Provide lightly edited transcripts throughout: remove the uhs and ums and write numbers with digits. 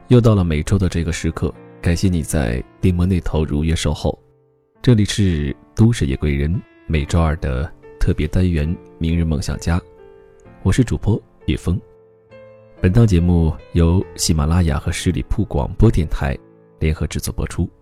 又到了每周的这个时刻，感谢你在电波那头如约守候。这里是都市夜归人每周二的特别单元明日梦想家，我是主播叶枫。本档节目由喜马拉雅和十里铺广播电台联合制作播出。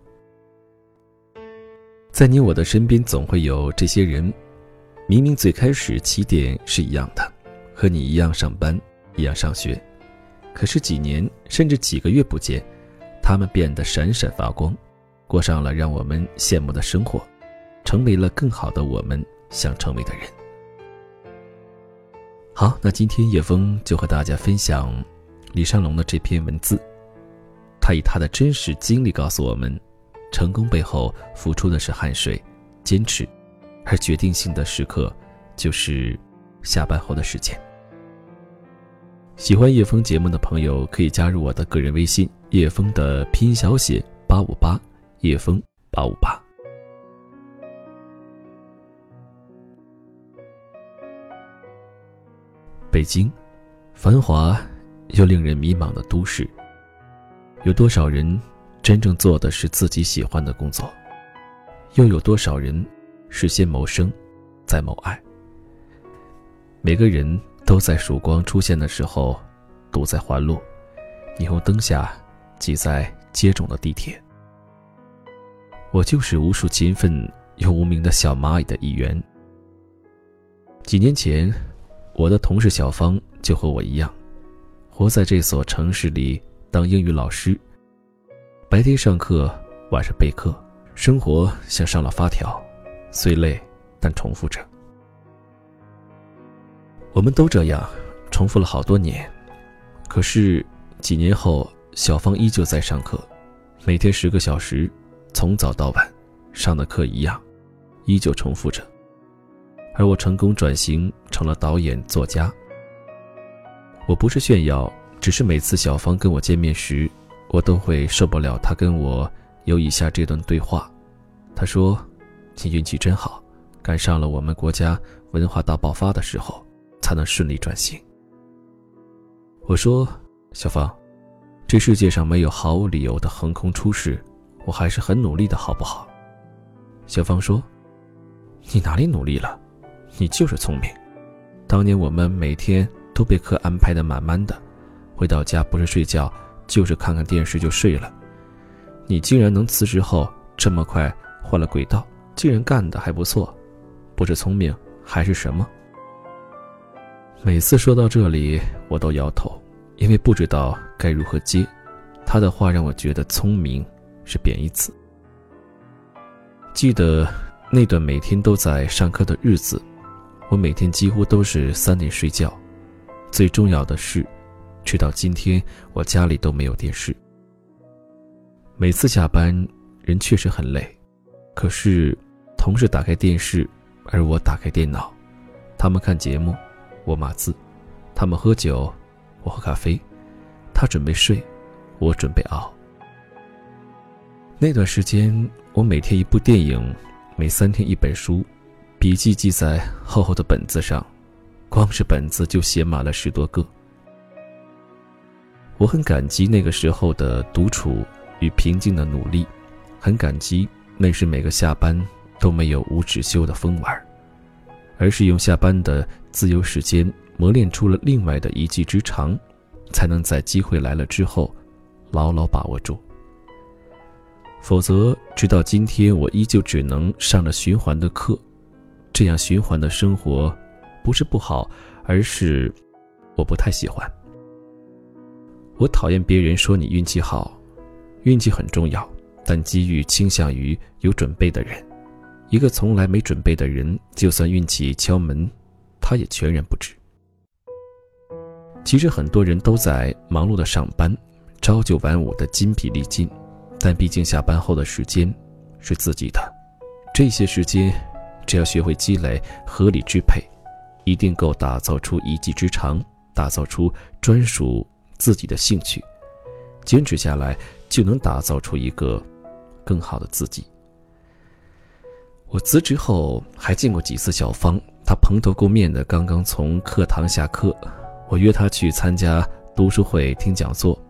在你我的身边总会有这些人，明明最开始起点是一样的，和你一样上班，一样上学，可是几年甚至几个月不见，他们变得闪闪发光，过上了让我们羡慕的生活，成为了更好的我们想成为的人。好，那今天叶枫就和大家分享李尚龙的这篇文字。他以他的真实经历告诉我们，成功背后付出的是汗水、坚持，而决定性的时刻就是下班后的时间。喜欢叶枫节目的朋友可以加入我的个人微信，叶枫的拼音小写858，叶枫858。北京，繁华又令人迷茫的都市，有多少人真正做的是自己喜欢的工作？又有多少人是先谋生，再谋爱？每个人都在曙光出现的时候堵在环路，霓虹灯下挤在接踵的地铁。我就是无数勤奋又无名的小蚂蚁的一员。几年前，我的同事小芳就和我一样，活在这所城市里当英语老师，白天上课，晚上备课，生活像上了发条，虽累但重复着。我们都这样重复了好多年，可是几年后，小芳依旧在上课，每天10个小时，从早到晚，上的课一样，依旧重复着。而我成功转型成了导演、作家。我不是炫耀，只是每次小芳跟我见面时，我都会受不了她跟我有以下这段对话。她说：“你运气真好，赶上了我们国家文化大爆发的时候，才能顺利转型。”我说：“小芳，这世界上没有毫无理由的横空出世，我还是很努力的，好不好？”小芳说：“你哪里努力了？你就是聪明。当年我们每天都被课安排得满满的，回到家不是睡觉，就是看看电视就睡了。你竟然能辞职后这么快换了轨道，竟然干得还不错，不是聪明还是什么？”每次说到这里，我都摇头，因为不知道该如何接。他的话让我觉得聪明是贬义词。记得那段每天都在上课的日子，我每天几乎都是3点睡觉。最重要的是，直到今天，我家里都没有电视。每次下班，人确实很累，可是同事打开电视，而我打开电脑，他们看节目，我码字；他们喝酒，我喝咖啡；他准备睡，我准备熬。那段时间，我每天一部电影，每3天一本书，笔记记在厚厚的本子上，光是本子就写满了10多个。我很感激那个时候的独处与平静的努力，很感激那时每个下班都没有无止休的疯玩，而是用下班的自由时间磨练出了另外的一技之长，才能在机会来了之后牢牢把握住。否则直到今天，我依旧只能上着循环的课。这样循环的生活不是不好，而是我不太喜欢。我讨厌别人说你运气好，运气很重要，但机遇倾向于有准备的人。一个从来没准备的人，就算运气敲门，他也全然不知。其实很多人都在忙碌的上班，朝九晚五的筋疲力尽，但毕竟下班后的时间是自己的，这些时间只要学会积累，合理支配，一定够打造出一技之长，打造出专属自己的兴趣，坚持下来就能打造出一个更好的自己。我辞职后还见过几次小芳，她蓬头垢面的刚刚从课堂下课，我约她去参加读书会听讲座，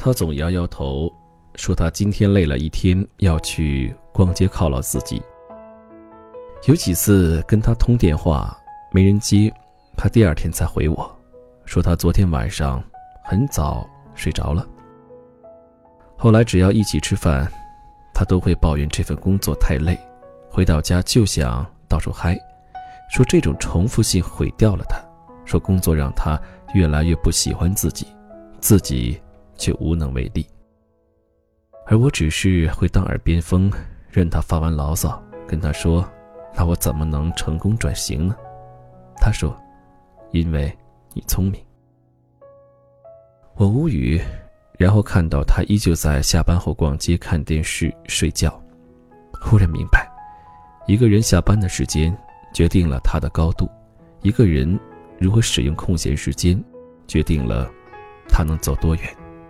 他总摇摇头，说他今天累了一天，要去逛街犒劳自己。有几次跟他通电话没人接，他第二天才回我，说他昨天晚上很早睡着了。后来只要一起吃饭，他都会抱怨这份工作太累，回到家就想到处嗨，说这种重复性毁掉了他，说工作让他越来越不喜欢自己，自己却无能为力。而我只是会当耳边风，任他发完牢骚，跟他说，那我怎么能成功转型呢？他说，因为你聪明。我无语，然后看到他依旧在下班后逛街、看电视、睡觉，忽然明白，一个人下班的时间决定了他的高度，一个人如何使用空闲时间决定了他能走多远。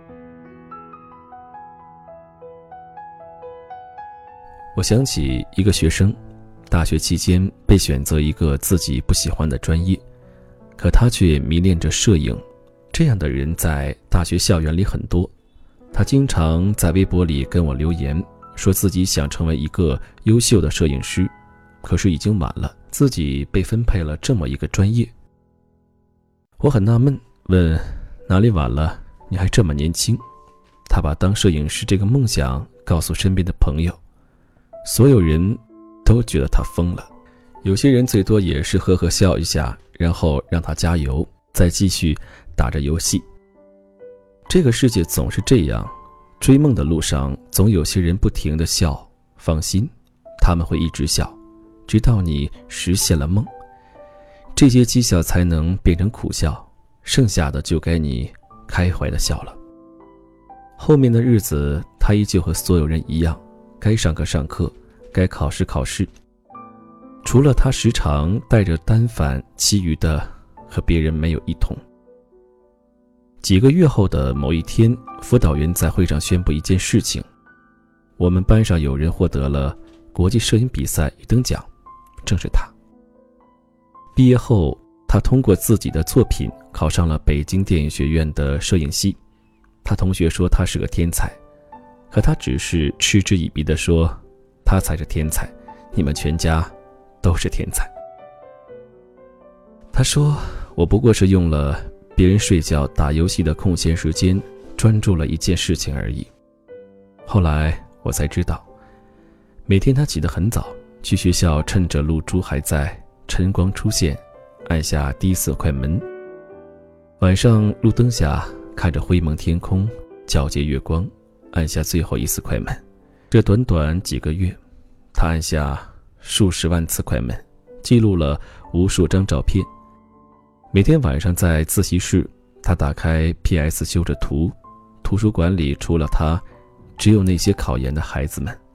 我想起一个学生，大学期间被选择一个自己不喜欢的专业，可他却迷恋着摄影。这样的人在大学校园里很多，他经常在微博里跟我留言，说自己想成为一个优秀的摄影师，可是已经晚了，自己被分配了这么一个专业。我很纳闷，问哪里晚了，你还这么年轻。他把当摄影师这个梦想告诉身边的朋友，所有人都觉得他疯了，有些人最多也是呵呵笑一下，然后让他加油，再继续打着游戏。这个世界总是这样，追梦的路上总有些人不停地笑，放心，他们会一直笑，直到你实现了梦。这些讥笑才能变成苦笑，剩下的就该你开怀地笑了。后面的日子，他依旧和所有人一样，该上课上课，该考试考试。除了他时常带着单反，其余的和别人没有一同。几个月后的某一天，辅导员在会上宣布一件事情，我们班上有人获得了国际摄影比赛一等奖，正是他。毕业后，他通过自己的作品考上了北京电影学院的摄影系。他同学说他是个天才，可他只是嗤之以鼻地说，他才是天才，你们全家都是天才。他说，我不过是用了别人睡觉打游戏的空闲时间，专注了一件事情而已。后来我才知道，每天他起得很早，去学校趁着露珠还在，晨光出现，按下第一次快门。晚上路灯下，看着灰蒙天空，皎洁月光，按下最后一次快门。这短短几个月，他按下数十万次快门，记录了无数张照片。每天晚上在自习室，他打开 PS 修着图，图书馆里除了他，只有那些考研的孩子们。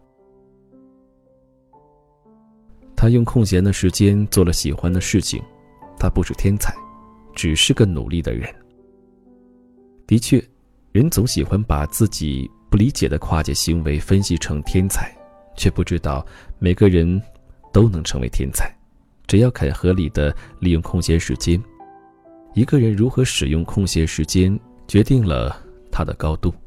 他用空闲的时间做了喜欢的事情，他不是天才，只是个努力的人。的确，人总喜欢把自己不理解的跨界行为分析成天才，却不知道每个人都能成为天才，只要肯合理的利用空闲时间。一个人如何使用空闲时间，决定了他的高度。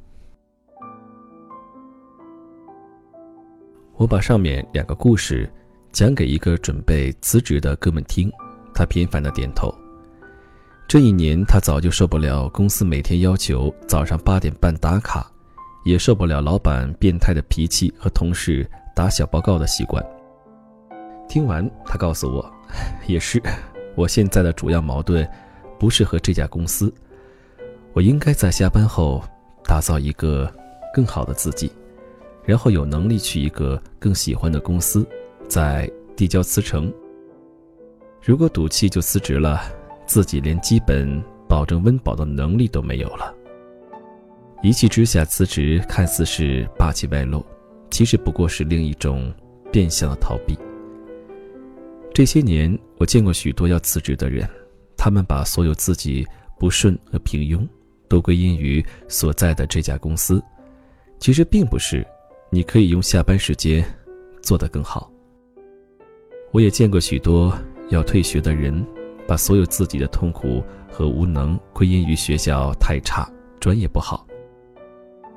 我把上面2个故事讲给一个准备辞职的哥们听，他频繁地点头。这一年，他早就受不了公司每天要求早上8点半打卡，也受不了老板变态的脾气和同事打小报告的习惯。听完，他告诉我，也是，我现在的主要矛盾不是和这家公司，我应该在下班后打造一个更好的自己，然后有能力去一个更喜欢的公司，再递交辞呈。如果赌气就辞职了，自己连基本保证温饱的能力都没有了。一气之下辞职，看似是霸气外露，其实不过是另一种变相的逃避。这些年，我见过许多要辞职的人，他们把所有自己不顺和平庸都归因于所在的这家公司，其实并不是，你可以用下班时间做得更好。我也见过许多要退学的人，把所有自己的痛苦和无能归因于学校太差，专业不好。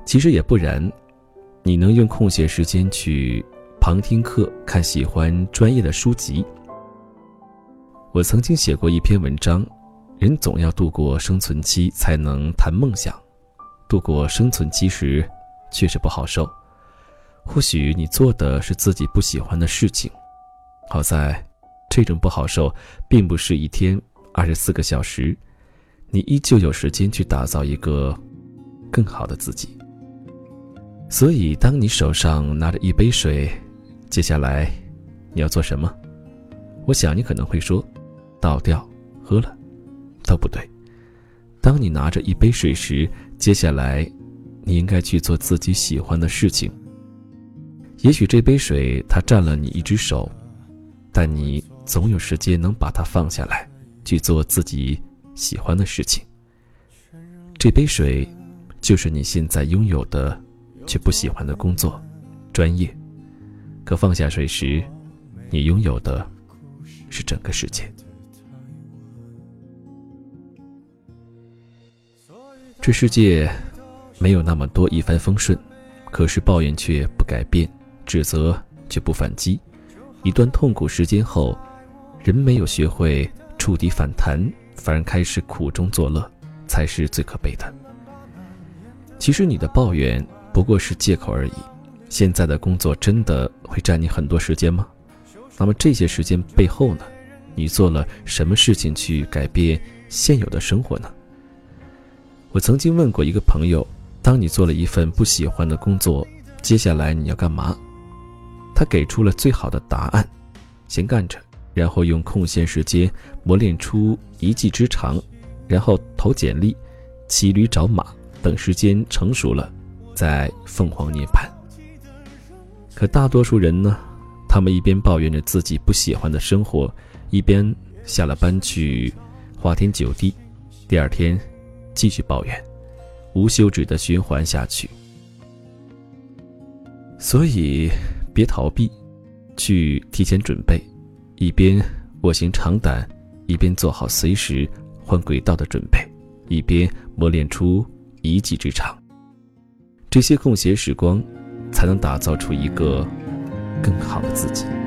其实也不然，你能用空闲时间去旁听课，看喜欢专业的书籍。我曾经写过一篇文章，人总要度过生存期才能谈梦想，度过生存期时确实不好受。或许你做的是自己不喜欢的事情，好在这种不好受并不是一天24个小时，你依旧有时间去打造一个更好的自己。所以当你手上拿着一杯水，接下来你要做什么？我想你可能会说，倒掉喝了。都不对，当你拿着一杯水时，接下来你应该去做自己喜欢的事情。也许这杯水它占了你一只手，但你总有时间能把它放下来，去做自己喜欢的事情。这杯水就是你现在拥有的却不喜欢的工作专业，可放下水时，你拥有的是整个世界。这世界没有那么多一帆风顺，可是抱怨却不改变，指责却不反击。一段痛苦时间后，人没有学会触底反弹，反而开始苦中作乐，才是最可悲的。其实你的抱怨不过是借口而已，现在的工作真的会占你很多时间吗？那么这些时间背后呢，你做了什么事情去改变现有的生活呢？我曾经问过一个朋友，当你做了一份不喜欢的工作，接下来你要干嘛？他给出了最好的答案，先干着，然后用空闲时间磨练出一技之长，然后投简历，骑驴找马，等时间成熟了再凤凰涅槃。可大多数人呢，他们一边抱怨着自己不喜欢的生活，一边下了班去花天酒地，第二天继续抱怨，无休止的循环下去。所以别逃避，去提前准备，一边卧薪尝胆，一边做好随时换轨道的准备，一边磨练出一技之长。这些空闲时光才能打造出一个更好的自己。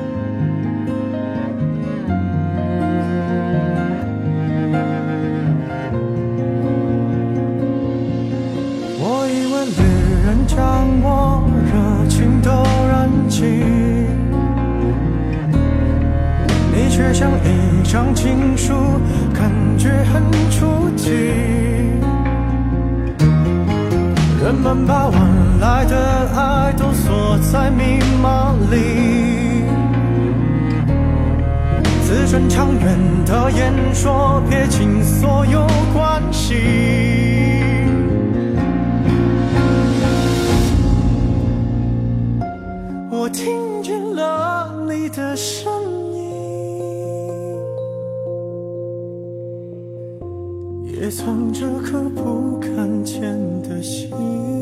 我以为旅人将我热情都燃尽，你却像一张情书，感觉很出奇。人们把晚来的爱都锁在密码里，自尊长远的演说，撇清所有关系。我听见了你的声音，也藏着颗不敢见的心。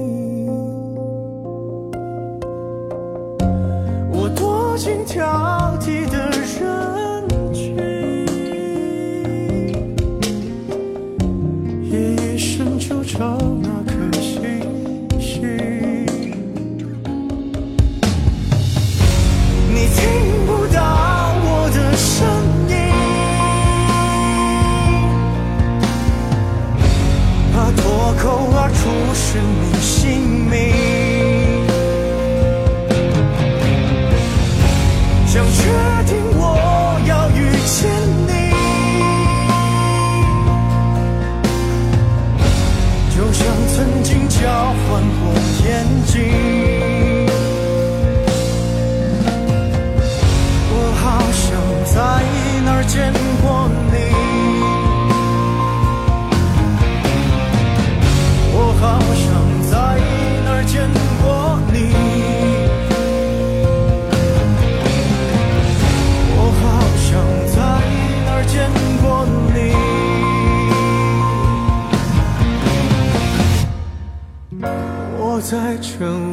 我躲进挑剔的人群，夜夜深处找那颗星星。你听不到我的声音，怕脱口而出是你姓名，想确定我要遇见你，就像曾经交换过眼睛。好想在哪儿见过你，我好想在哪儿见过你，我好想在哪儿见过你。我在这